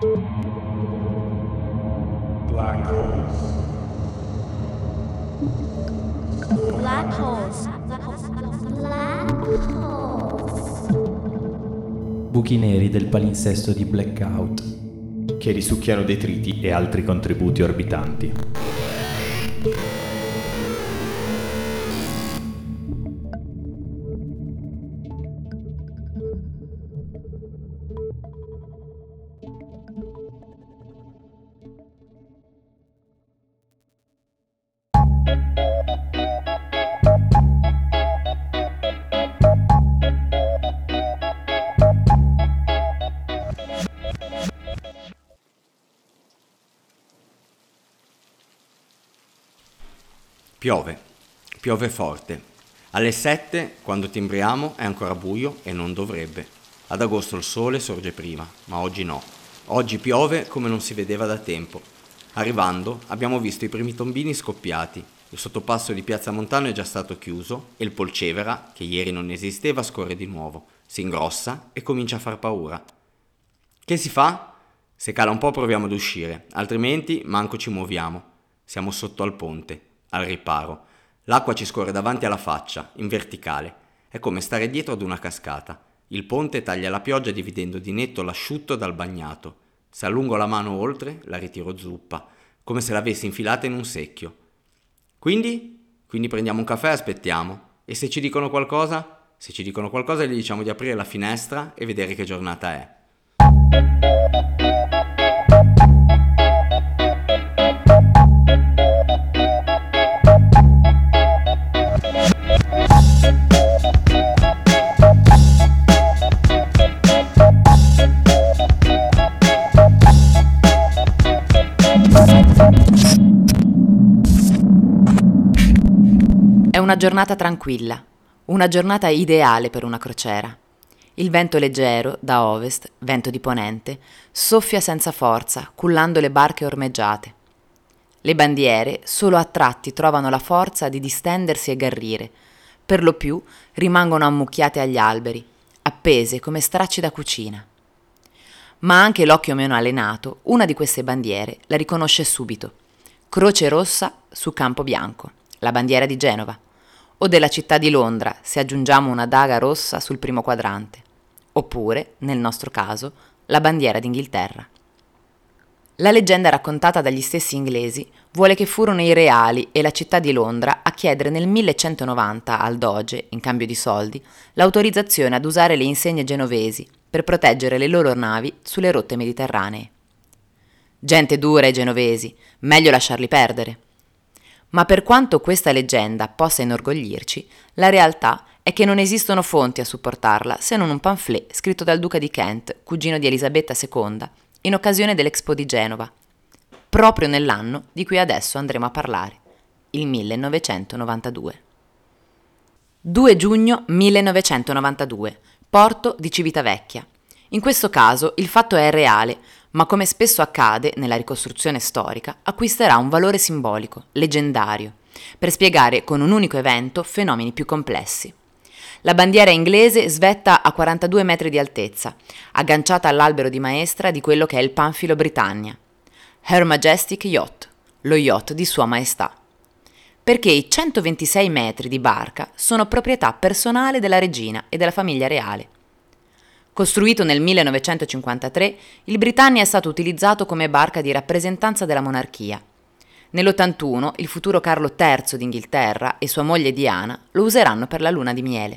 Black holes. Black holes. Black holes. Buchi neri del palinsesto di Blackout, che risucchiano detriti e altri contributi orbitanti. Piove forte. Alle 7, quando timbriamo, è ancora buio e non dovrebbe. Ad agosto il sole sorge prima, ma oggi no. Oggi piove come non si vedeva da tempo. Arrivando, abbiamo visto i primi tombini scoppiati. Il sottopasso di Piazza Montano è già stato chiuso e il Polcevera, che ieri non esisteva, scorre di nuovo. Si ingrossa e comincia a far paura. Che si fa? Se cala un po' proviamo ad uscire, altrimenti manco ci muoviamo. Siamo sotto al ponte, al riparo. L'acqua ci scorre davanti alla faccia, in verticale. È come stare dietro ad una cascata. Il ponte taglia la pioggia dividendo di netto l'asciutto dal bagnato. Se allungo la mano oltre, la ritiro zuppa, come se l'avessi infilata in un secchio. Quindi prendiamo un caffè e aspettiamo. E se ci dicono qualcosa? Se ci dicono qualcosa gli diciamo di aprire la finestra e vedere che giornata è. È una giornata tranquilla, una giornata ideale per una crociera. Il vento leggero, da ovest, vento di ponente, soffia senza forza, cullando le barche ormeggiate. Le bandiere solo a tratti trovano la forza di distendersi e garrire, per lo più rimangono ammucchiate agli alberi, appese come stracci da cucina. Ma anche l'occhio meno allenato, una di queste bandiere la riconosce subito. Croce rossa su campo bianco, la bandiera di Genova, o della città di Londra se aggiungiamo una daga rossa sul primo quadrante, oppure, nel nostro caso, la bandiera d'Inghilterra. La leggenda raccontata dagli stessi inglesi vuole che furono i reali e la città di Londra a chiedere nel 1190 al doge, in cambio di soldi, l'autorizzazione ad usare le insegne genovesi per proteggere le loro navi sulle rotte mediterranee. Gente dura i genovesi, meglio lasciarli perdere. Ma per quanto questa leggenda possa inorgoglirci, la realtà è che non esistono fonti a supportarla se non un pamphlet scritto dal duca di Kent, cugino di Elisabetta II, in occasione dell'Expo di Genova, proprio nell'anno di cui adesso andremo a parlare, il 1992. 2 giugno 1992, porto di Civitavecchia. In questo caso il fatto è reale, ma come spesso accade nella ricostruzione storica, acquisterà un valore simbolico, leggendario, per spiegare con un unico evento fenomeni più complessi. La bandiera inglese svetta a 42 metri di altezza, agganciata all'albero di maestra di quello che è il panfilo Britannia. Her Majestic Yacht, lo yacht di Sua Maestà. Perché i 126 metri di barca sono proprietà personale della regina e della famiglia reale. Costruito nel 1953, il Britannia è stato utilizzato come barca di rappresentanza della monarchia. Nell'81 il futuro Carlo III d'Inghilterra e sua moglie Diana lo useranno per la luna di miele.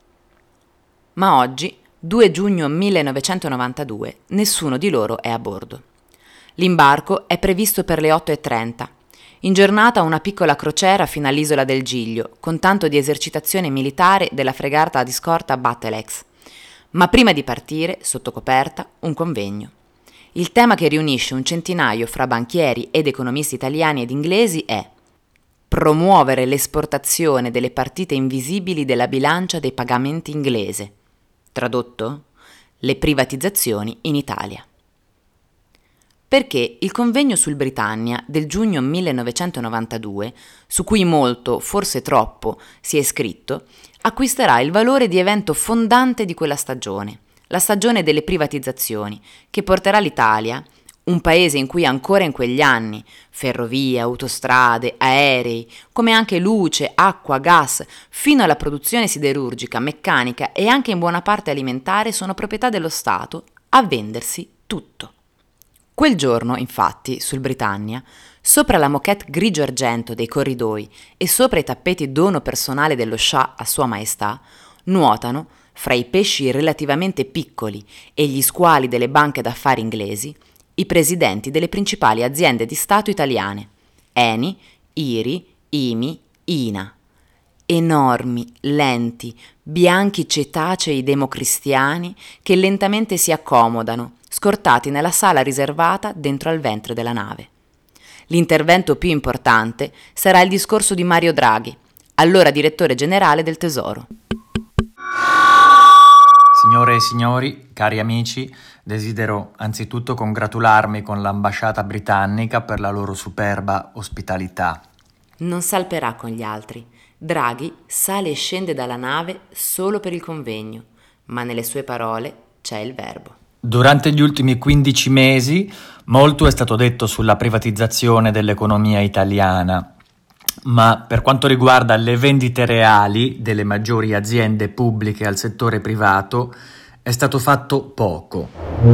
Ma oggi, 2 giugno 1992, nessuno di loro è a bordo. L'imbarco è previsto per le 8:30. In giornata una piccola crociera fino all'isola del Giglio, con tanto di esercitazione militare della fregata di scorta Battleaxe. Ma prima di partire, sotto coperta, un convegno. Il tema che riunisce un centinaio fra banchieri ed economisti italiani ed inglesi è promuovere l'esportazione delle partite invisibili della bilancia dei pagamenti inglese. Tradotto? Le privatizzazioni in Italia. Perché il convegno sul Britannia del giugno 1992, su cui molto, forse troppo, si è scritto, acquisterà il valore di evento fondante di quella stagione, la stagione delle privatizzazioni, che porterà l'Italia, un paese in cui ancora in quegli anni ferrovie, autostrade, aerei, come anche luce, acqua, gas, fino alla produzione siderurgica, meccanica e anche in buona parte alimentare sono proprietà dello Stato, a vendersi tutto. Quel giorno, infatti, sul Britannia, sopra la moquette grigio-argento dei corridoi e sopra i tappeti dono personale dello Shah a Sua Maestà, nuotano, fra i pesci relativamente piccoli e gli squali delle banche d'affari inglesi, i presidenti delle principali aziende di Stato italiane, Eni, IRI, IMI, INA. Enormi, lenti, bianchi cetacei democristiani che lentamente si accomodano, scortati nella sala riservata dentro al ventre della nave. L'intervento più importante sarà il discorso di Mario Draghi, allora direttore generale del Tesoro. Signore e signori, cari amici, desidero anzitutto congratularmi con l'ambasciata britannica per la loro superba ospitalità. Non salperà con gli altri. Draghi sale e scende dalla nave solo per il convegno, ma nelle sue parole c'è il verbo. Durante gli ultimi 15 mesi molto è stato detto sulla privatizzazione dell'economia italiana, ma per quanto riguarda le vendite reali delle maggiori aziende pubbliche al settore privato è stato fatto poco.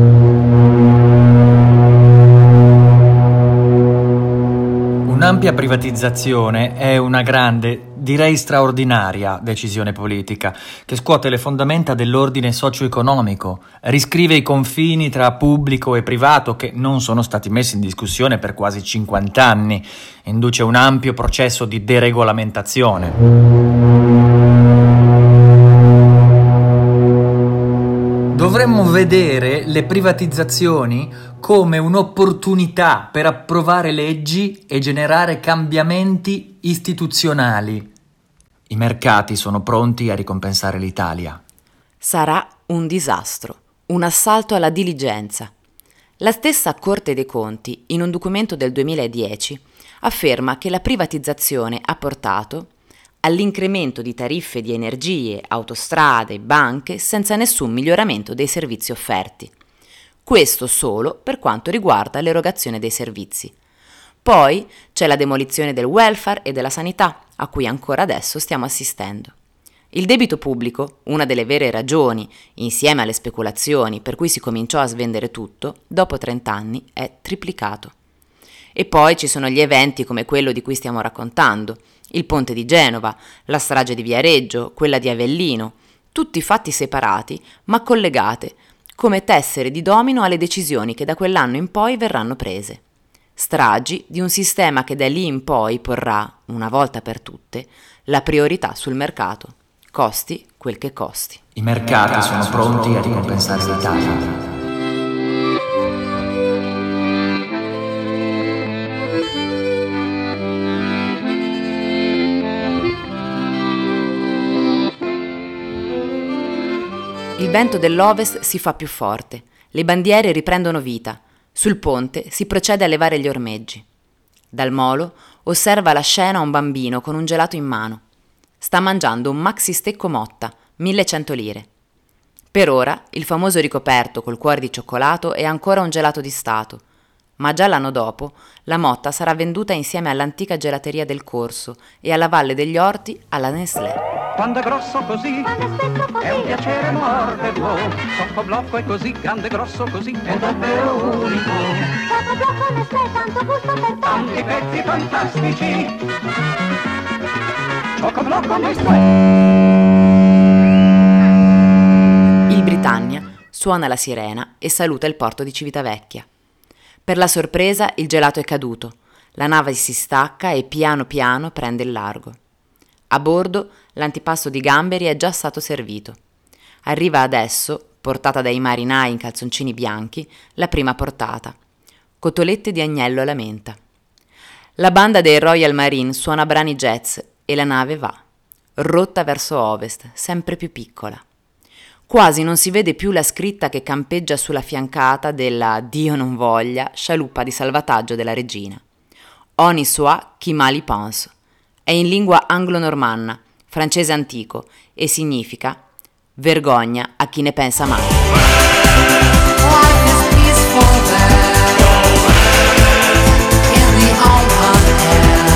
Un'ampia privatizzazione è una grande, direi straordinaria decisione politica che scuote le fondamenta dell'ordine socio-economico, riscrive i confini tra pubblico e privato che non sono stati messi in discussione per quasi 50 anni, induce un ampio processo di deregolamentazione. Dovremmo vedere le privatizzazioni come un'opportunità per approvare leggi e generare cambiamenti istituzionali. I mercati sono pronti a ricompensare l'Italia. Sarà un disastro, un assalto alla diligenza. La stessa Corte dei Conti, in un documento del 2010, afferma che la privatizzazione ha portato all'incremento di tariffe di energie, autostrade, banche, senza nessun miglioramento dei servizi offerti. Questo solo per quanto riguarda l'erogazione dei servizi. Poi c'è la demolizione del welfare e della sanità, a cui ancora adesso stiamo assistendo. Il debito pubblico, una delle vere ragioni, insieme alle speculazioni per cui si cominciò a svendere tutto, dopo 30 anni è triplicato. E poi ci sono gli eventi come quello di cui stiamo raccontando, il ponte di Genova, la strage di Viareggio, quella di Avellino, tutti fatti separati ma collegate, come tessere di domino alle decisioni che da quell'anno in poi verranno prese. Stragi di un sistema che da lì in poi porrà, una volta per tutte, la priorità sul mercato, costi quel che costi. I mercati sono pronti a ricompensare l'Italia. Il vento dell'ovest si fa più forte, le bandiere riprendono vita, sul ponte si procede a levare gli ormeggi. Dal molo osserva la scena un bambino con un gelato in mano. Sta mangiando un maxi stecco Motta, 1100 lire. Per ora il famoso ricoperto col cuore di cioccolato è ancora un gelato di Stato, ma già l'anno dopo la Motta sarà venduta insieme all'antica gelateria del Corso e alla Valle degli Orti alla Nestlé. Quando è grosso così, è un piacere morderlo. Socco blocco è così, grande grosso così, è davvero unico. Socco blocco Nestlé, tanto gusto per te. Tanti pezzi fantastici. Socco blocco Nestlé. Il Britannia suona la sirena e saluta il porto di Civitavecchia. Per la sorpresa il gelato è caduto, la nave si stacca e piano piano prende il largo. A bordo l'antipasto di gamberi è già stato servito. Arriva adesso, portata dai marinai in calzoncini bianchi, la prima portata. Cotolette di agnello alla menta. La banda dei Royal Marine suona brani jazz e la nave va, rotta verso ovest, sempre più piccola. Quasi non si vede più la scritta che campeggia sulla fiancata della, Dio non voglia, scialuppa di salvataggio della regina. On y soit qui mal y pense. È in lingua anglo-normanna, francese antico, e significa Vergogna a chi ne pensa male. Life is peaceful there, in the open air,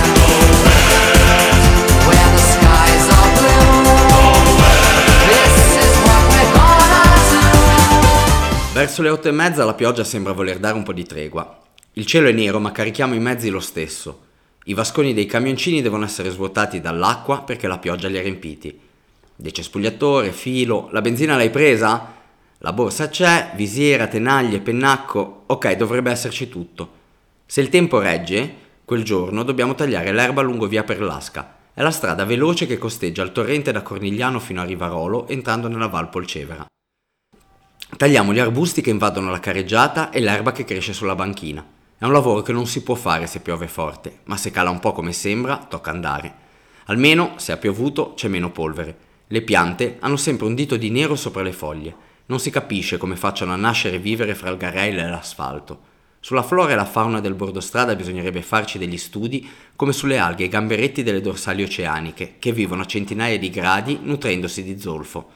where the skies are blue. This is what we're gonna do. Verso le 8:30 la pioggia sembra voler dare un po' di tregua. Il cielo è nero, ma carichiamo i mezzi lo stesso. I vasconi dei camioncini devono essere svuotati dall'acqua perché la pioggia li ha riempiti. Decespugliatore, filo, la benzina l'hai presa? La borsa c'è, visiera, tenaglie, pennacco, ok, dovrebbe esserci tutto. Se il tempo regge, quel giorno dobbiamo tagliare l'erba lungo via Perlasca. È la strada veloce che costeggia il torrente da Cornigliano fino a Rivarolo entrando nella Val Polcevera. Tagliamo gli arbusti che invadono la careggiata e l'erba che cresce sulla banchina. È un lavoro che non si può fare se piove forte, ma se cala un po' come sembra, tocca andare. Almeno, se ha piovuto, c'è meno polvere. Le piante hanno sempre un dito di nero sopra le foglie. Non si capisce come facciano a nascere e vivere fra il garello e l'asfalto. Sulla flora e la fauna del bordostrada bisognerebbe farci degli studi come sulle alghe e i gamberetti delle dorsali oceaniche, che vivono a centinaia di gradi nutrendosi di zolfo.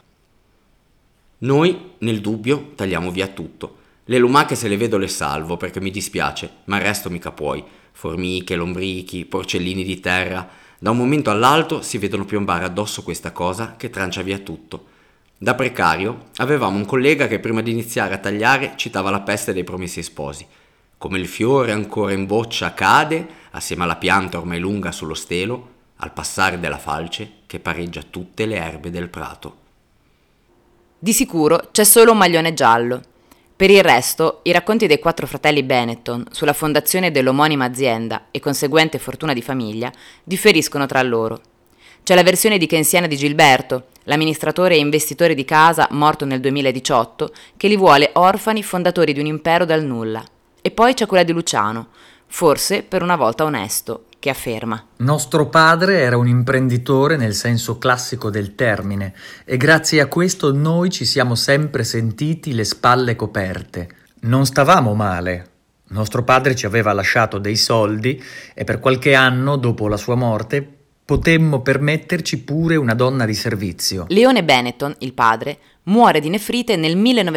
Noi, nel dubbio, tagliamo via tutto. Le lumache se le vedo le salvo perché mi dispiace, ma il resto mica puoi. Formiche, lombrichi, porcellini di terra. Da un momento all'altro si vedono piombare addosso questa cosa che trancia via tutto. Da precario avevamo un collega che prima di iniziare a tagliare citava la peste dei Promessi Sposi. Come il fiore ancora in boccia cade, assieme alla pianta ormai lunga sullo stelo, al passare della falce che pareggia tutte le erbe del prato. Di sicuro c'è solo un maglione giallo. Per il resto, i racconti dei 4 fratelli Benetton sulla fondazione dell'omonima azienda e conseguente fortuna di famiglia differiscono tra loro. C'è la versione di keynesiana di Gilberto, l'amministratore e investitore di casa morto nel 2018, che li vuole orfani fondatori di un impero dal nulla. E poi c'è quella di Luciano, forse per una volta onesto, che afferma: Nostro padre era un imprenditore nel senso classico del termine e grazie a questo noi ci siamo sempre sentiti le spalle coperte. Non stavamo male. Nostro padre ci aveva lasciato dei soldi e per qualche anno dopo la sua morte potemmo permetterci pure una donna di servizio. Leone Benetton, il padre, muore di nefrite nel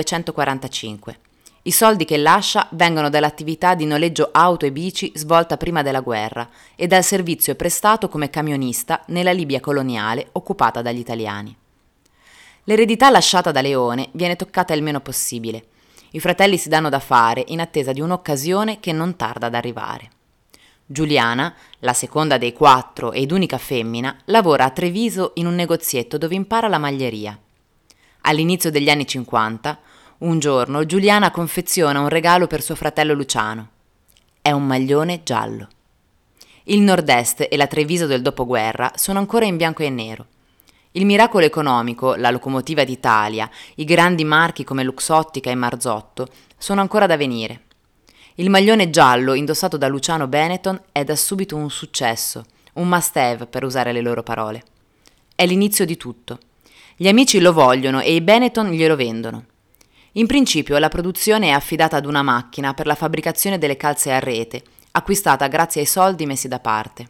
1945. I soldi che lascia vengono dall'attività di noleggio auto e bici svolta prima della guerra e dal servizio prestato come camionista nella Libia coloniale occupata dagli italiani. L'eredità lasciata da Leone viene toccata il meno possibile. I fratelli si danno da fare in attesa di un'occasione che non tarda ad arrivare. Giuliana, la seconda dei 4 ed unica femmina, lavora a Treviso in un negozietto dove impara la maglieria. All'inizio degli anni 50, un giorno Giuliana confeziona un regalo per suo fratello Luciano. È un maglione giallo. Il Nord-Est e la Treviso del dopoguerra sono ancora in bianco e nero. Il miracolo economico, la locomotiva d'Italia, i grandi marchi come Luxottica e Marzotto sono ancora da venire. Il maglione giallo indossato da Luciano Benetton è da subito un successo, un must-have per usare le loro parole. È l'inizio di tutto. Gli amici lo vogliono e i Benetton glielo vendono. In principio la produzione è affidata ad una macchina per la fabbricazione delle calze a rete, acquistata grazie ai soldi messi da parte.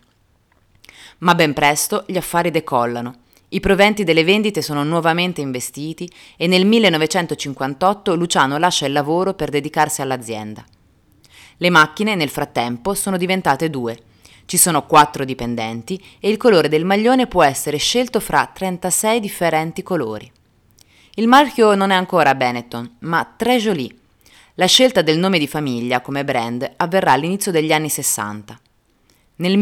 Ma ben presto gli affari decollano. I proventi delle vendite sono nuovamente investiti e nel 1958 Luciano lascia il lavoro per dedicarsi all'azienda. Le macchine nel frattempo sono diventate 2. Ci sono 4 dipendenti e il colore del maglione può essere scelto fra 36 differenti colori. Il marchio non è ancora Benetton, ma Très Jolie. La scelta del nome di famiglia come brand avverrà all'inizio degli anni 60. Nel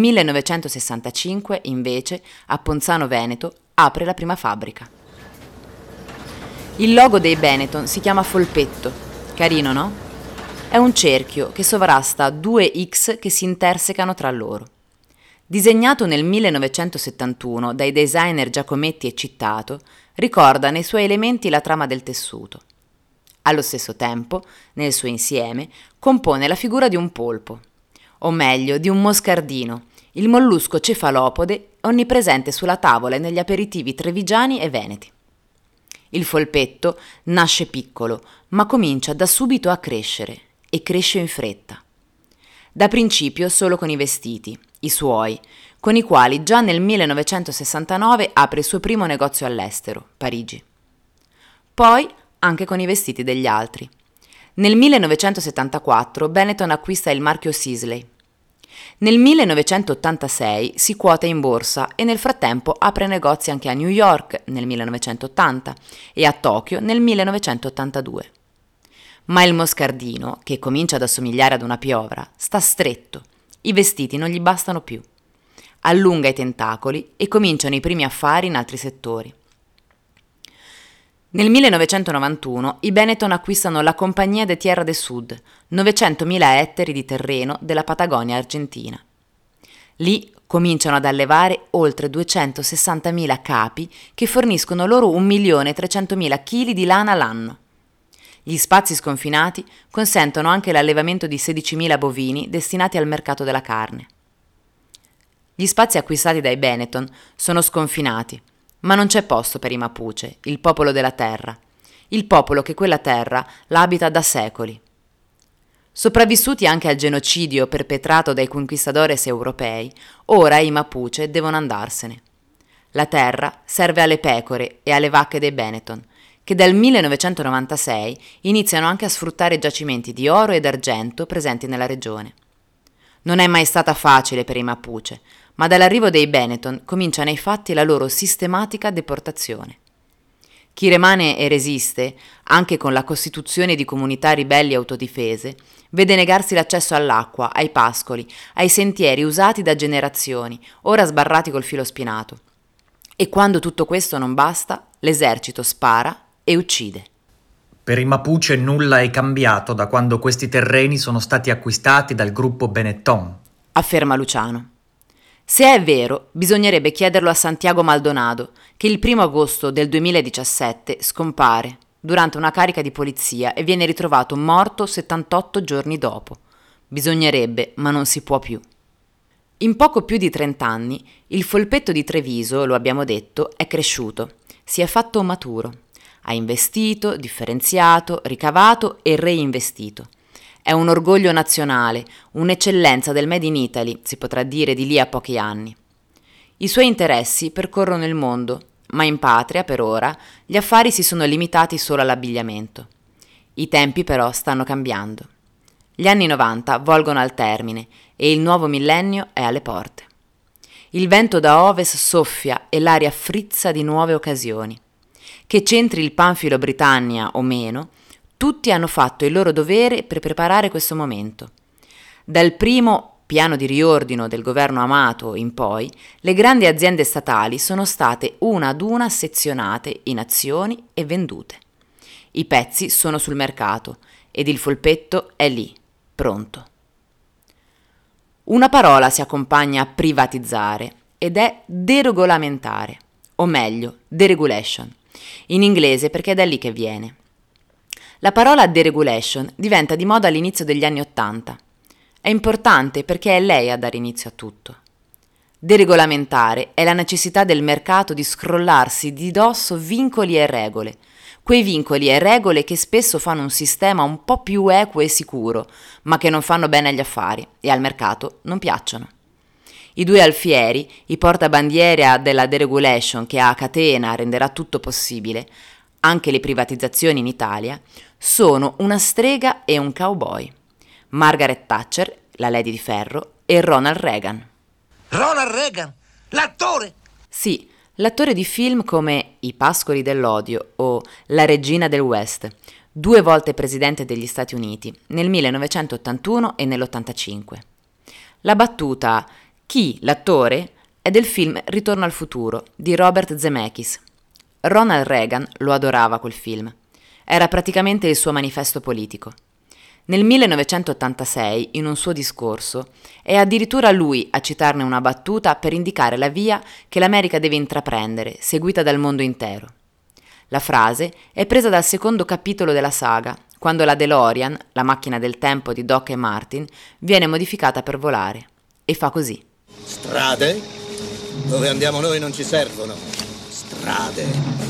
1965, invece, a Ponzano Veneto apre la prima fabbrica. Il logo dei Benetton si chiama Folpetto. Carino, no? È un cerchio che sovrasta 2 X che si intersecano tra loro. Disegnato nel 1971 dai designer Giacometti e Cittato, ricorda nei suoi elementi la trama del tessuto. Allo stesso tempo, nel suo insieme, compone la figura di un polpo, o meglio di un moscardino, il mollusco cefalopode onnipresente sulla tavola e negli aperitivi trevigiani e veneti. Il folpetto nasce piccolo, ma comincia da subito a crescere, e cresce in fretta. Da principio solo con i vestiti, i suoi, con i quali già nel 1969 apre il suo primo negozio all'estero, Parigi. poi anche con i vestiti degli altri. Nel 1974 Benetton acquista il marchio Sisley. Nel 1986 si quota in borsa e nel frattempo apre negozi anche a New York nel 1980 e a Tokyo nel 1982. Ma il moscardino, che comincia ad assomigliare ad una piovra, sta stretto, i vestiti non gli bastano più. Allunga i tentacoli e cominciano i primi affari in altri settori. Nel 1991 i Benetton acquistano la Compagnia de Tierra del Sud, 900.000 ettari di terreno della Patagonia argentina. Lì cominciano ad allevare oltre 260.000 capi che forniscono loro 1.300.000 kg di lana l'anno. Gli spazi sconfinati consentono anche l'allevamento di 16.000 bovini destinati al mercato della carne. Gli spazi acquistati dai Benetton sono sconfinati, ma non c'è posto per i Mapuche, il popolo della terra, il popolo che quella terra la abita da secoli. Sopravvissuti anche al genocidio perpetrato dai conquistadores europei, ora i Mapuche devono andarsene. La terra serve alle pecore e alle vacche dei Benetton, che dal 1996 iniziano anche a sfruttare giacimenti di oro ed argento presenti nella regione. Non è mai stata facile per i Mapuche, ma dall'arrivo dei Benetton comincia nei fatti la loro sistematica deportazione. Chi rimane e resiste, anche con la costituzione di comunità ribelli autodifese, vede negarsi l'accesso all'acqua, ai pascoli, ai sentieri usati da generazioni, ora sbarrati col filo spinato. E quando tutto questo non basta, l'esercito spara e uccide. Per i Mapuche nulla è cambiato da quando questi terreni sono stati acquistati dal gruppo Benetton, afferma Luciano. Se è vero, bisognerebbe chiederlo a Santiago Maldonado, che il 1 agosto del 2017 scompare durante una carica di polizia e viene ritrovato morto 78 giorni dopo. Bisognerebbe, ma non si può più. In poco più di 30 anni, il Folpetto di Treviso, lo abbiamo detto, è cresciuto, si è fatto maturo. Ha investito, differenziato, ricavato e reinvestito. È un orgoglio nazionale, un'eccellenza del Made in Italy, si potrà dire di lì a pochi anni. I suoi interessi percorrono il mondo, ma in patria, per ora, gli affari si sono limitati solo all'abbigliamento. I tempi però stanno cambiando. Gli anni 90 volgono al termine e il nuovo millennio è alle porte. Il vento da ovest soffia e l'aria frizza di nuove occasioni. Che c'entri il panfilo Britannia o meno, tutti hanno fatto il loro dovere per preparare questo momento. Dal primo piano di riordino del governo Amato in poi, le grandi aziende statali sono state una ad una sezionate in azioni e vendute. I pezzi sono sul mercato ed il Folpetto è lì, pronto. Una parola si accompagna a privatizzare ed è deregolamentare, o meglio, deregulation, in inglese perché è da lì che viene. La parola deregulation diventa di moda all'inizio degli anni '80. È importante perché è lei a dare inizio a tutto. Deregolamentare è la necessità del mercato di scrollarsi di dosso vincoli e regole, quei vincoli e regole che spesso fanno un sistema un po' più equo e sicuro, ma che non fanno bene agli affari e al mercato non piacciono. I due alfieri, i portabandiera della deregulation che a catena renderà tutto possibile, anche le privatizzazioni in Italia, sono una strega e un cowboy. Margaret Thatcher, la Lady di Ferro, e Ronald Reagan. Ronald Reagan? L'attore? Sì, l'attore di film come I pascoli dell'odio o La regina del West, 2 volte presidente degli Stati Uniti, nel 1981 e nell'85. La battuta «Chi, l'attore?» è del film Ritorno al futuro, di Robert Zemeckis. Ronald Reagan lo adorava quel film. Era praticamente il suo manifesto politico. Nel 1986, in un suo discorso, è addirittura lui a citarne una battuta per indicare la via che l'America deve intraprendere, seguita dal mondo intero. La frase è presa dal secondo capitolo della saga, quando la DeLorean, la macchina del tempo di Doc e Martin, viene modificata per volare. E fa così. Strade? Dove andiamo noi non ci servono. Strade.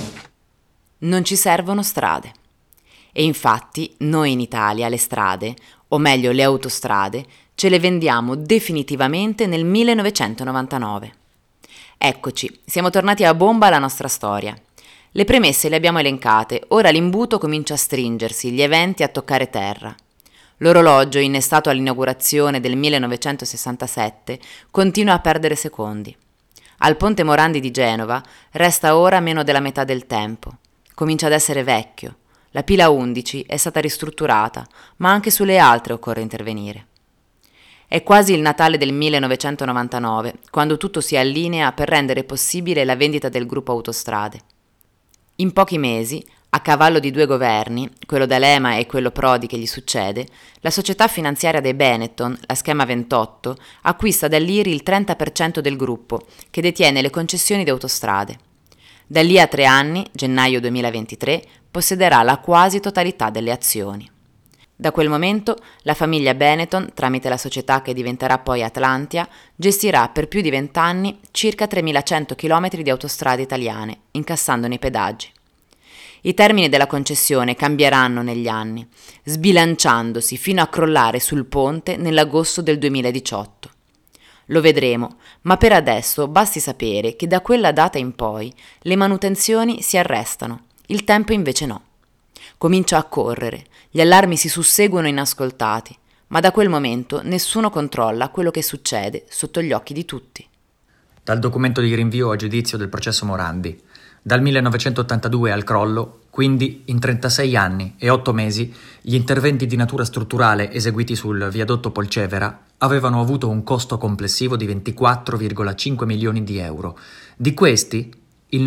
Non ci servono strade. E infatti noi in Italia le strade, o meglio le autostrade, ce le vendiamo definitivamente nel 1999. Eccoci, siamo tornati a bomba alla nostra storia. Le premesse le abbiamo elencate, ora l'imbuto comincia a stringersi, gli eventi a toccare terra. L'orologio, innestato all'inaugurazione del 1967, continua a perdere secondi. Al Ponte Morandi di Genova resta ora meno della metà del tempo. Comincia ad essere vecchio. La pila 11 è stata ristrutturata, ma anche sulle altre occorre intervenire. È quasi il Natale del 1999, quando tutto si allinea per rendere possibile la vendita del gruppo Autostrade. In pochi mesi, a cavallo di 2 governi, quello D'Alema e quello Prodi che gli succede, la società finanziaria dei Benetton, la Schema 28, acquista dall'IRI il 30% del gruppo, che detiene le concessioni di Autostrade. Da lì a 3 anni, gennaio 2023, possederà la quasi totalità delle azioni. Da quel momento la famiglia Benetton, tramite la società che diventerà poi Atlantia, gestirà per più di 20 anni circa 3.100 km di autostrade italiane, incassandone i pedaggi. I termini della concessione cambieranno negli anni, sbilanciandosi fino a crollare sul ponte nell'agosto del 2018. Lo vedremo, ma per adesso basti sapere che da quella data in poi le manutenzioni si arrestano, il tempo invece no. Comincia a correre, gli allarmi si susseguono inascoltati, ma da quel momento nessuno controlla quello che succede sotto gli occhi di tutti. Dal documento di rinvio a giudizio del processo Morandi. Dal 1982 al crollo, quindi in 36 anni e 8 mesi, gli interventi di natura strutturale eseguiti sul viadotto Polcevera avevano avuto un costo complessivo di 24,5 milioni di euro. Di questi, il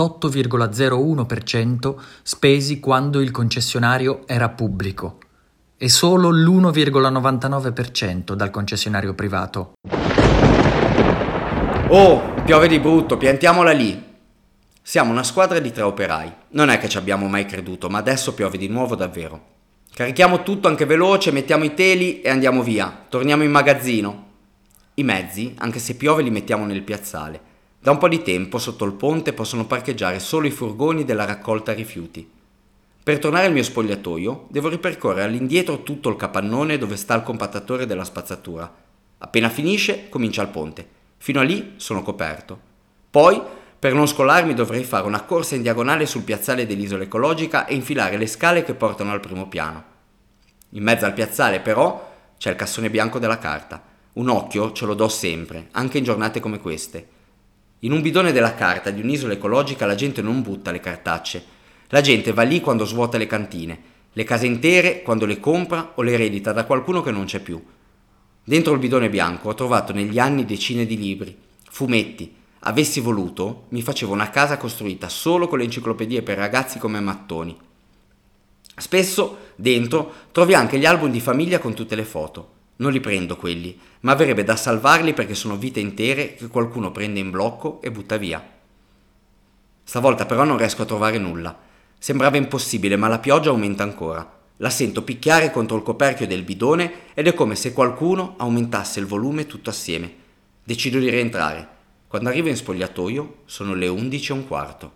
98,01% spesi quando il concessionario era pubblico e solo l'1,99% dal concessionario privato. Oh, piove di brutto, piantiamola lì. Siamo una squadra di 3 operai. Non è che ci abbiamo mai creduto, ma adesso piove di nuovo davvero. Carichiamo tutto anche veloce, mettiamo i teli e andiamo via. Torniamo in magazzino. I mezzi, anche se piove, li mettiamo nel piazzale. Da un po' di tempo sotto il ponte possono parcheggiare solo i furgoni della raccolta rifiuti. Per tornare al mio spogliatoio devo ripercorrere all'indietro tutto il capannone dove sta il compattatore della spazzatura. Appena finisce comincia il ponte. Fino a lì sono coperto. Poi, per non scolarmi, dovrei fare una corsa in diagonale sul piazzale dell'isola ecologica e infilare le scale che portano al primo piano. In mezzo al piazzale però c'è il cassone bianco della carta. Un occhio ce lo do sempre, anche in giornate come queste. In un bidone della carta di un'isola ecologica la gente non butta le cartacce. La gente va lì quando svuota le cantine, le case intere quando le compra o le eredita da qualcuno che non c'è più. Dentro il bidone bianco ho trovato negli anni decine di libri, fumetti. Avessi voluto, mi facevo una casa costruita solo con le enciclopedie per ragazzi come mattoni. Spesso, dentro, trovi anche gli album di famiglia con tutte le foto. Non li prendo quelli, ma verrebbe da salvarli perché sono vite intere che qualcuno prende in blocco e butta via. Stavolta però non riesco a trovare nulla. Sembrava impossibile, ma la pioggia aumenta ancora. La sento picchiare contro il coperchio del bidone ed è come se qualcuno aumentasse il volume tutto assieme. Decido di rientrare. Quando arrivo in spogliatoio sono le 11:15.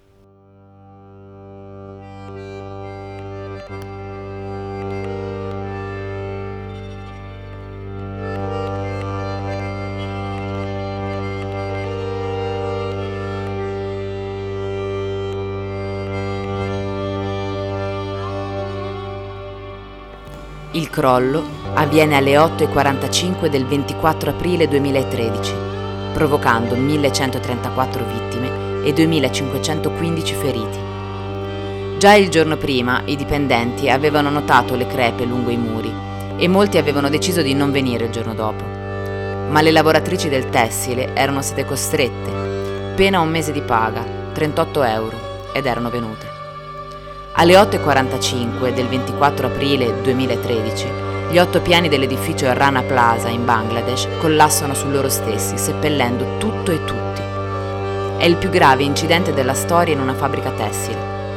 Il crollo avviene alle 8:45 del 24 aprile 2013, provocando 1134 vittime e 2515 feriti. Già il giorno prima i dipendenti avevano notato le crepe lungo i muri e molti avevano deciso di non venire il giorno dopo. Ma le lavoratrici del tessile erano state costrette, pena un mese di paga, 38 euro, ed erano venute. Alle 8:45 del 24 aprile 2013, gli 8 piani dell'edificio Rana Plaza in Bangladesh collassano su loro stessi, seppellendo tutto e tutti. È il più grave incidente della storia in una fabbrica tessile.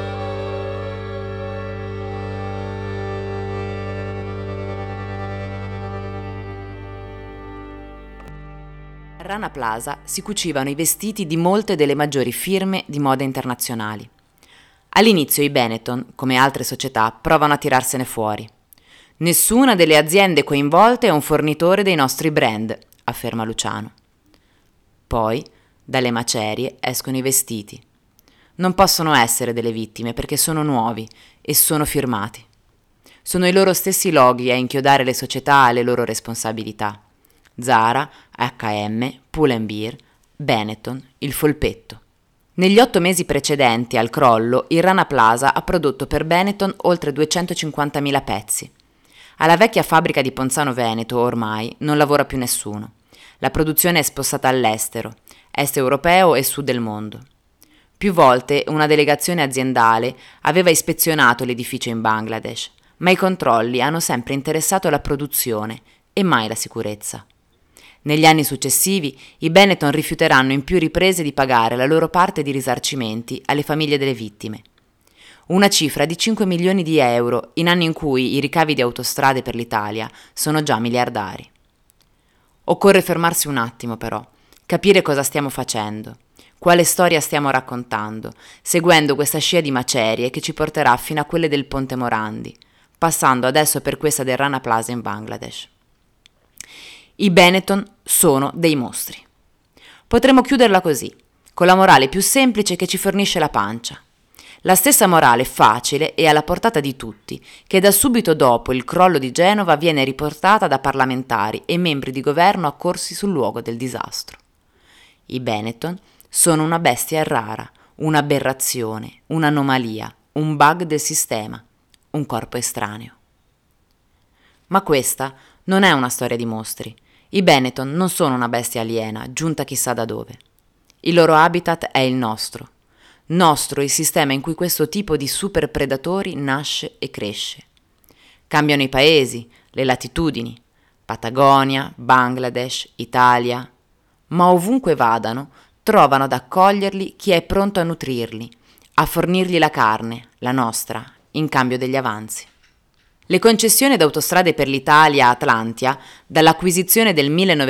A Rana Plaza si cucivano i vestiti di molte delle maggiori firme di moda internazionali. All'inizio i Benetton, come altre società, provano a tirarsene fuori. Nessuna delle aziende coinvolte è un fornitore dei nostri brand, afferma Luciano. Poi, dalle macerie escono i vestiti. Non possono essere delle vittime perché sono nuovi e sono firmati. Sono i loro stessi loghi a inchiodare le società alle loro responsabilità. Zara, H&M, Pull&Bear, Benetton, il Folpetto. Negli 8 mesi precedenti al crollo, il Rana Plaza ha prodotto per Benetton oltre 250.000 pezzi. Alla vecchia fabbrica di Ponzano Veneto, ormai, non lavora più nessuno. La produzione è spostata all'estero, est europeo e sud del mondo. Più volte una delegazione aziendale aveva ispezionato l'edificio in Bangladesh, ma i controlli hanno sempre interessato la produzione e mai la sicurezza. Negli anni successivi i Benetton rifiuteranno in più riprese di pagare la loro parte di risarcimenti alle famiglie delle vittime. Una cifra di 5 milioni di euro in anni in cui i ricavi di Autostrade per l'Italia sono già miliardari. Occorre fermarsi un attimo però, capire cosa stiamo facendo, quale storia stiamo raccontando, seguendo questa scia di macerie che ci porterà fino a quelle del Ponte Morandi, passando adesso per questa del Rana Plaza in Bangladesh. I Benetton sono dei mostri. Potremmo chiuderla così, con la morale più semplice che ci fornisce la pancia. La stessa morale facile e alla portata di tutti, che da subito dopo il crollo di Genova viene riportata da parlamentari e membri di governo accorsi sul luogo del disastro. I Benetton sono una bestia rara, un'aberrazione, un'anomalia, un bug del sistema, un corpo estraneo. Ma questa non è una storia di mostri. I Benetton non sono una bestia aliena, giunta chissà da dove. Il loro habitat è il nostro il sistema in cui questo tipo di super predatori nasce e cresce. Cambiano i paesi, le latitudini, Patagonia, Bangladesh, Italia, ma ovunque vadano trovano ad accoglierli chi è pronto a nutrirli, a fornirgli la carne, la nostra, in cambio degli avanzi. Le concessioni d'Autostrade per l'Italia a Atlantia, dall'acquisizione del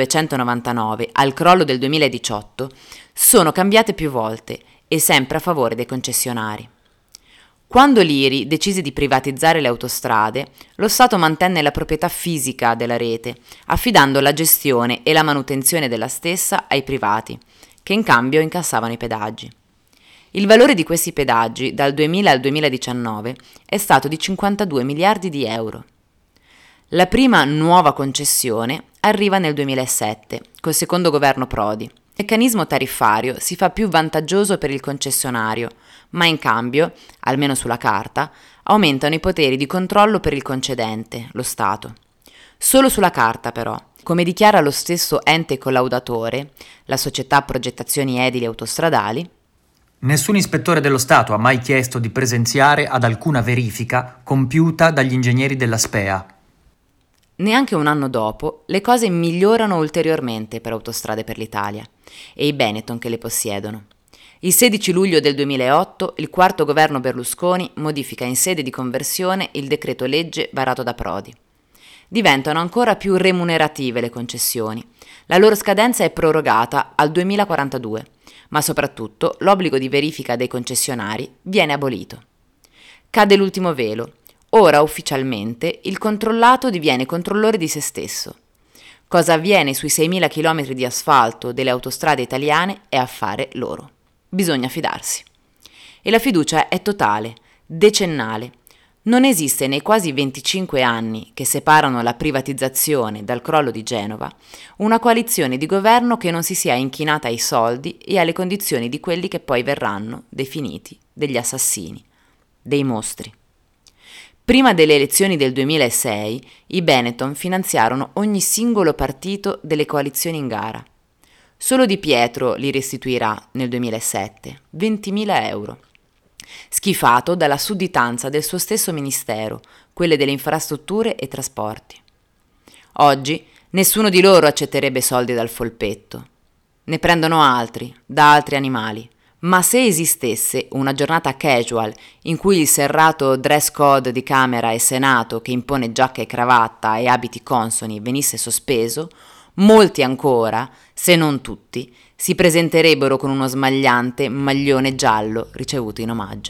1999 al crollo del 2018, sono cambiate più volte e sempre a favore dei concessionari. Quando l'IRI decise di privatizzare le autostrade, lo Stato mantenne la proprietà fisica della rete, affidando la gestione e la manutenzione della stessa ai privati, che in cambio incassavano i pedaggi. Il valore di questi pedaggi dal 2000 al 2019 è stato di 52 miliardi di euro. La prima nuova concessione arriva nel 2007, col secondo governo Prodi. Il meccanismo tariffario si fa più vantaggioso per il concessionario, ma in cambio, almeno sulla carta, aumentano i poteri di controllo per il concedente, lo Stato. Solo sulla carta però, come dichiara lo stesso ente collaudatore, la società Progettazioni Edili Autostradali, nessun ispettore dello Stato ha mai chiesto di presenziare ad alcuna verifica compiuta dagli ingegneri della SPEA. Neanche un anno dopo, le cose migliorano ulteriormente per Autostrade per l'Italia e i Benetton che le possiedono. Il 16 luglio del 2008 il quarto governo Berlusconi modifica in sede di conversione il decreto legge varato da Prodi. Diventano ancora più remunerative le concessioni. La loro scadenza è prorogata al 2042, ma soprattutto l'obbligo di verifica dei concessionari viene abolito. Cade l'ultimo velo. Ora ufficialmente il controllato diviene controllore di se stesso. Cosa avviene sui 6.000 km di asfalto delle autostrade italiane è affare loro. Bisogna fidarsi. E la fiducia è totale, decennale. Non esiste nei quasi 25 anni che separano la privatizzazione dal crollo di Genova una coalizione di governo che non si sia inchinata ai soldi e alle condizioni di quelli che poi verranno definiti degli assassini, dei mostri. Prima delle elezioni del 2006, i Benetton finanziarono ogni singolo partito delle coalizioni in gara. Solo Di Pietro li restituirà nel 2007, 20.000 euro. Schifato dalla sudditanza del suo stesso ministero, quelle delle infrastrutture e trasporti. Oggi nessuno di loro accetterebbe soldi dal Folpetto. Ne prendono altri, da altri animali. Ma se esistesse una giornata casual in cui il serrato dress code di Camera e Senato che impone giacca e cravatta e abiti consoni venisse sospeso, molti ancora, se non tutti, si presenterebbero con uno smagliante maglione giallo ricevuto in omaggio.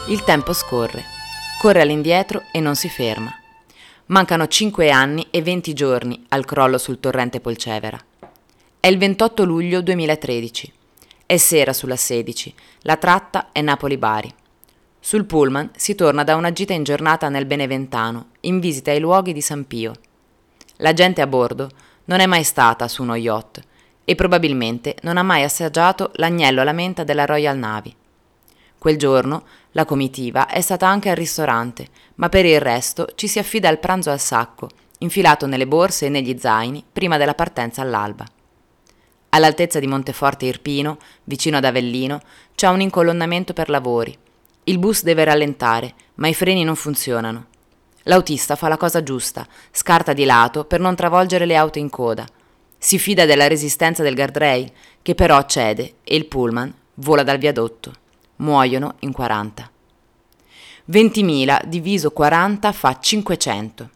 Il tempo scorre, corre all'indietro e non si ferma. Mancano 5 anni e 20 giorni al crollo sul torrente Polcevera. È il 28 luglio 2013. È sera sulla 16, la tratta è Napoli-Bari. Sul pullman si torna da una gita in giornata nel Beneventano, in visita ai luoghi di San Pio. La gente a bordo non è mai stata su uno yacht e probabilmente non ha mai assaggiato l'agnello alla menta della Royal Navy. Quel giorno la comitiva è stata anche al ristorante, ma per il resto ci si affida al pranzo al sacco, infilato nelle borse e negli zaini prima della partenza all'alba. All'altezza di Monteforte Irpino, vicino ad Avellino, c'è un incolonnamento per lavori. Il bus deve rallentare, ma i freni non funzionano. L'autista fa la cosa giusta, scarta di lato per non travolgere le auto in coda. Si fida della resistenza del guardrail, che però cede e il pullman vola dal viadotto. Muoiono in 40. 20.000 diviso 40 fa 500.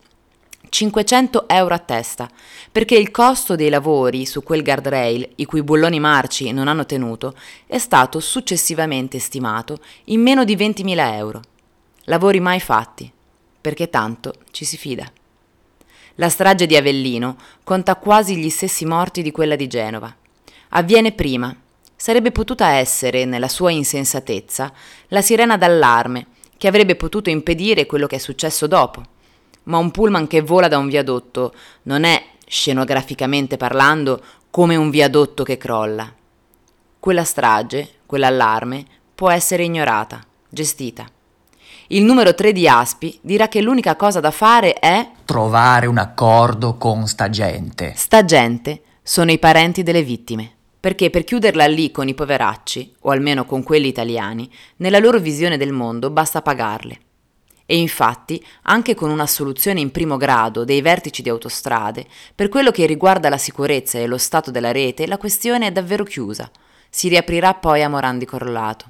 500 euro a testa, perché il costo dei lavori su quel guardrail, i cui bulloni marci non hanno tenuto, è stato successivamente stimato in meno di 20.000 euro. Lavori mai fatti, perché tanto ci si fida. La strage di Avellino conta quasi gli stessi morti di quella di Genova. Avviene prima. Sarebbe potuta essere, nella sua insensatezza, la sirena d'allarme, che avrebbe potuto impedire quello che è successo dopo. Ma un pullman che vola da un viadotto non è, scenograficamente parlando, come un viadotto che crolla. Quella strage, quell'allarme, può essere ignorata, gestita. Il numero 3 di Aspi dirà che l'unica cosa da fare è trovare un accordo con sta gente. Sta gente sono i parenti delle vittime, perché per chiuderla lì con i poveracci, o almeno con quelli italiani, nella loro visione del mondo basta pagarle. E infatti, anche con una soluzione in primo grado dei vertici di autostrade, per quello che riguarda la sicurezza e lo stato della rete, la questione è davvero chiusa. Si riaprirà poi a Morandi Corrolato.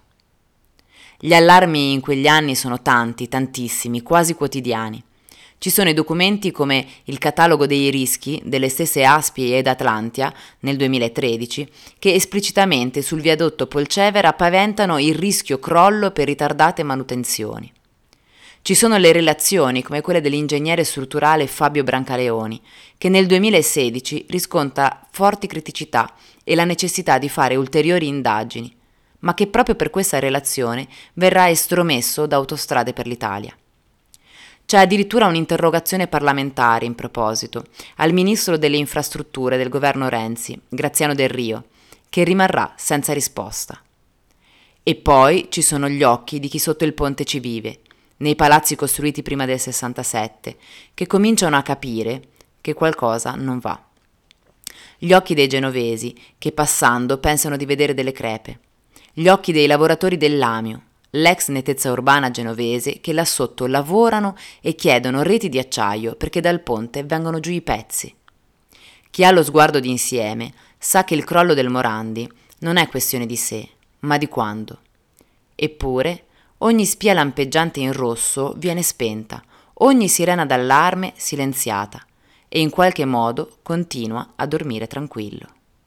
Gli allarmi in quegli anni sono tanti, tantissimi, quasi quotidiani. Ci sono i documenti come il catalogo dei rischi delle stesse Aspi ed Atlantia nel 2013, che esplicitamente sul viadotto Polcevera paventano il rischio crollo per ritardate manutenzioni. Ci sono le relazioni come quelle dell'ingegnere strutturale Fabio Brancaleoni, che nel 2016 riscontra forti criticità e la necessità di fare ulteriori indagini, ma che proprio per questa relazione verrà estromesso da Autostrade per l'Italia. C'è addirittura un'interrogazione parlamentare in proposito al ministro delle infrastrutture del governo Renzi, Graziano Del Rio, che rimarrà senza risposta. E poi ci sono gli occhi di chi sotto il ponte ci vive, nei palazzi costruiti prima del 67, che cominciano a capire che qualcosa non va. Gli occhi dei genovesi, che passando pensano di vedere delle crepe. Gli occhi dei lavoratori dell'Amio, l'ex nettezza urbana genovese, che là sotto lavorano e chiedono reti di acciaio perché dal ponte vengono giù i pezzi. Chi ha lo sguardo d'insieme sa che il crollo del Morandi non è questione di se, ma di quando. Eppure, ogni spia lampeggiante in rosso viene spenta, ogni sirena d'allarme silenziata, e in qualche modo continua a dormire tranquillo.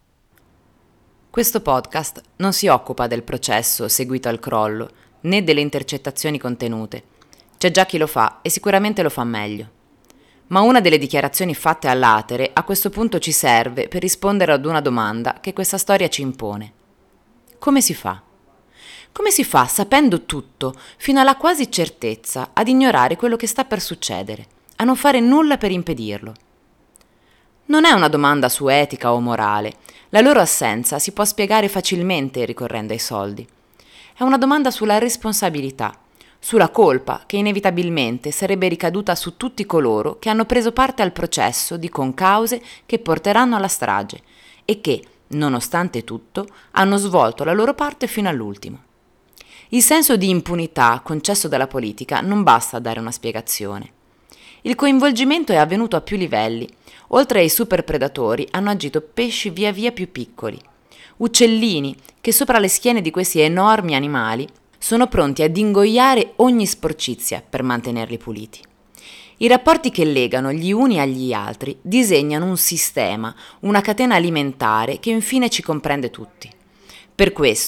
Questo podcast non si occupa del processo seguito al crollo, né delle intercettazioni contenute. C'è già chi lo fa e sicuramente lo fa meglio. Ma una delle dichiarazioni fatte all'Atere a questo punto ci serve per rispondere ad una domanda che questa storia ci impone. Come si fa? Come si fa, sapendo tutto, fino alla quasi certezza, ad ignorare quello che sta per succedere, a non fare nulla per impedirlo? Non è una domanda su etica o morale. La loro assenza si può spiegare facilmente ricorrendo ai soldi. È una domanda sulla responsabilità, sulla colpa che inevitabilmente sarebbe ricaduta su tutti coloro che hanno preso parte al processo di concause che porteranno alla strage e che, nonostante tutto, hanno svolto la loro parte fino all'ultimo. Il senso di impunità concesso dalla politica non basta a dare una spiegazione. Il coinvolgimento è avvenuto a più livelli. Oltre ai superpredatori hanno agito pesci via via più piccoli, uccellini che sopra le schiene di questi enormi animali sono pronti ad ingoiare ogni sporcizia per mantenerli puliti. I rapporti che legano gli uni agli altri disegnano un sistema, una catena alimentare che infine ci comprende tutti. Per questo,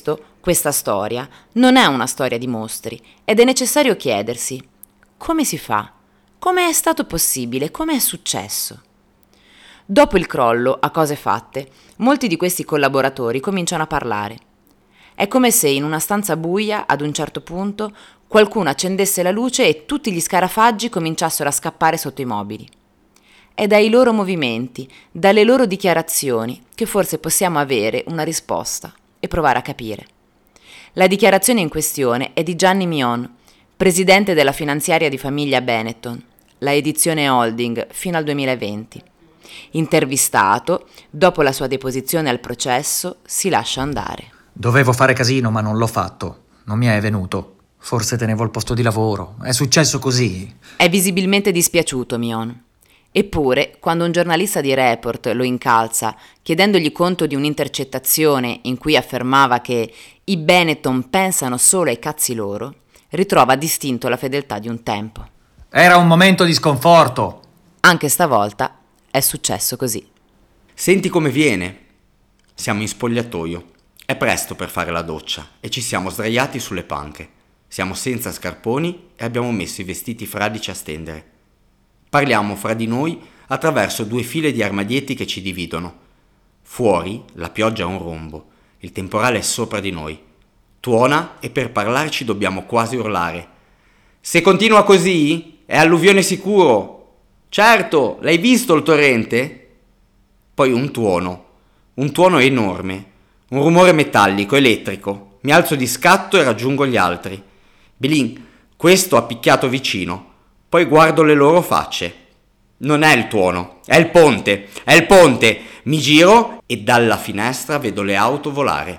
Questa storia non è una storia di mostri ed è necessario chiedersi: come si fa? Come è stato possibile? Come è successo? Dopo il crollo, a cose fatte, molti di questi collaboratori cominciano a parlare. È come se in una stanza buia, ad un certo punto, qualcuno accendesse la luce e tutti gli scarafaggi cominciassero a scappare sotto i mobili. È dai loro movimenti, dalle loro dichiarazioni, che forse possiamo avere una risposta e provare a capire. La dichiarazione in questione è di Gianni Mion, presidente della finanziaria di famiglia Benetton, la edizione holding fino al 2020. Intervistato, dopo la sua deposizione al processo, si lascia andare. Dovevo fare casino, ma non l'ho fatto. Non mi è venuto. Forse tenevo il posto di lavoro. È successo così. È visibilmente dispiaciuto Mion. Eppure, quando un giornalista di Report lo incalza, chiedendogli conto di un'intercettazione in cui affermava che i Benetton pensano solo ai cazzi loro, ritrova distinto la fedeltà di un tempo. Era un momento di sconforto. Anche stavolta è successo così. Senti come viene. Siamo in spogliatoio. È presto per fare la doccia e ci siamo sdraiati sulle panche. Siamo senza scarponi e abbiamo messo i vestiti fradici a stendere. Parliamo fra di noi attraverso 2 file di armadietti che ci dividono. Fuori la pioggia ha un rombo, il temporale è sopra di noi. Tuona e per parlarci dobbiamo quasi urlare. Se continua così, è alluvione sicuro. Certo, l'hai visto il torrente? Poi un tuono enorme. Un rumore metallico, elettrico. Mi alzo di scatto e raggiungo gli altri. Bilin, questo ha picchiato vicino. Poi guardo le loro facce. Non è il tuono, è il ponte, è il ponte. Mi giro e dalla finestra vedo le auto volare.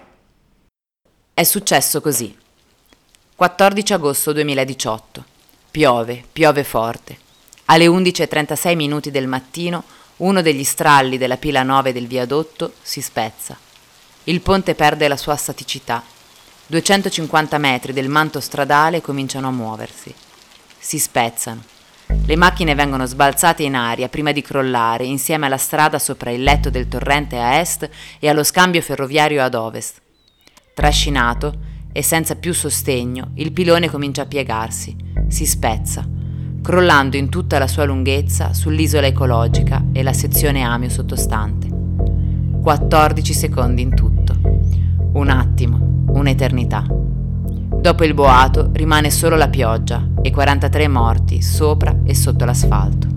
È successo così. 14 agosto 2018. Piove forte. Alle 11:36 del mattino, uno degli stralli della pila 9 del viadotto si spezza. Il ponte perde la sua staticità. 250 metri del manto stradale cominciano a muoversi. Si spezzano. Le macchine vengono sbalzate in aria prima di crollare insieme alla strada sopra il letto del torrente a est e allo scambio ferroviario ad ovest. Trascinato e senza più sostegno, il pilone comincia a piegarsi, si spezza, crollando in tutta la sua lunghezza sull'isola ecologica e la sezione Amio sottostante. 14 secondi in tutto. Un attimo, un'eternità. Dopo il boato rimane solo la pioggia e 43 morti sopra e sotto l'asfalto.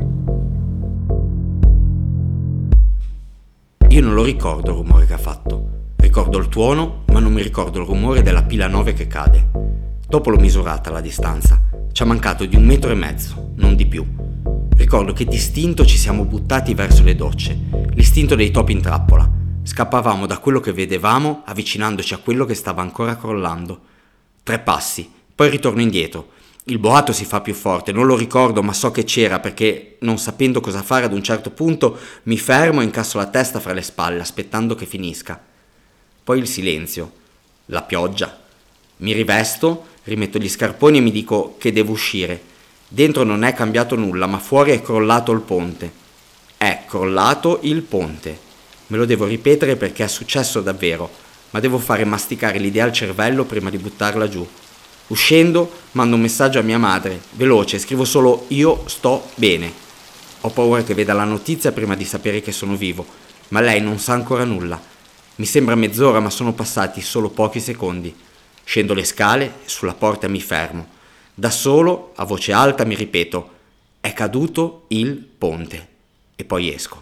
Io non lo ricordo il rumore che ha fatto. Ricordo il tuono, ma non mi ricordo il rumore della pila 9 che cade. Dopo l'ho misurata la distanza. Ci ha mancato di 1,5 metri, non di più. Ricordo che d'istinto ci siamo buttati verso le docce, l'istinto dei topi in trappola. Scappavamo da quello che vedevamo, avvicinandoci a quello che stava ancora crollando. 3 passi, poi ritorno indietro. Il boato si fa più forte, non lo ricordo, ma so che c'era perché, non sapendo cosa fare ad un certo punto, mi fermo e incasso la testa fra le spalle, aspettando che finisca. Poi il silenzio, la pioggia. Mi rivesto, rimetto gli scarponi e mi dico che devo uscire. Dentro non è cambiato nulla, ma fuori è crollato il ponte. È crollato il ponte. Me lo devo ripetere perché è successo davvero, ma devo fare masticare l'idea al cervello prima di buttarla giù. Uscendo, mando un messaggio a mia madre, veloce, scrivo solo io sto bene. Ho paura che veda la notizia prima di sapere che sono vivo, ma lei non sa ancora nulla. Mi sembra mezz'ora, ma sono passati solo pochi secondi. Scendo le scale e sulla porta mi fermo. Da solo, a voce alta, mi ripeto, è caduto il ponte. E poi esco.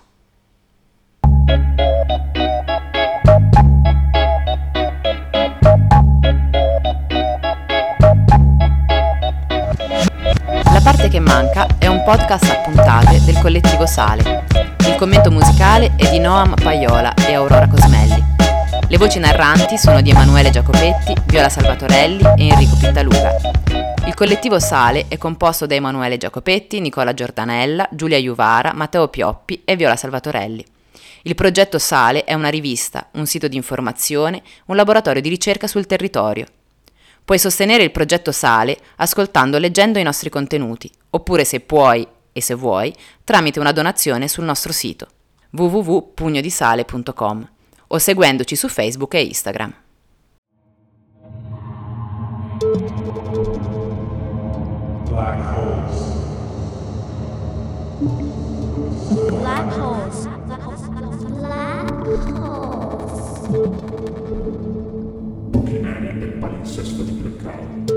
La parte che manca è un podcast a puntate del collettivo Sale. Il commento musicale è di Noam Paiola e Aurora Cosmelli. Le voci narranti sono di Emanuele Giacopetti, Viola Salvatorelli e Enrico Pittaluga. Il collettivo Sale è composto da Emanuele Giacopetti, Nicola Giordanella, Giulia Juvara, Matteo Pioppi e Viola Salvatorelli. Il progetto Sale è una rivista, un sito di informazione, un laboratorio di ricerca sul territorio. Puoi sostenere il progetto Sale ascoltando o leggendo i nostri contenuti, oppure se puoi e se vuoi, tramite una donazione sul nostro sito www.pugnodisale.com o seguendoci su Facebook e Instagram. Black holes. Black holes. Black holes. Buche nere del palinsesto di Blackout.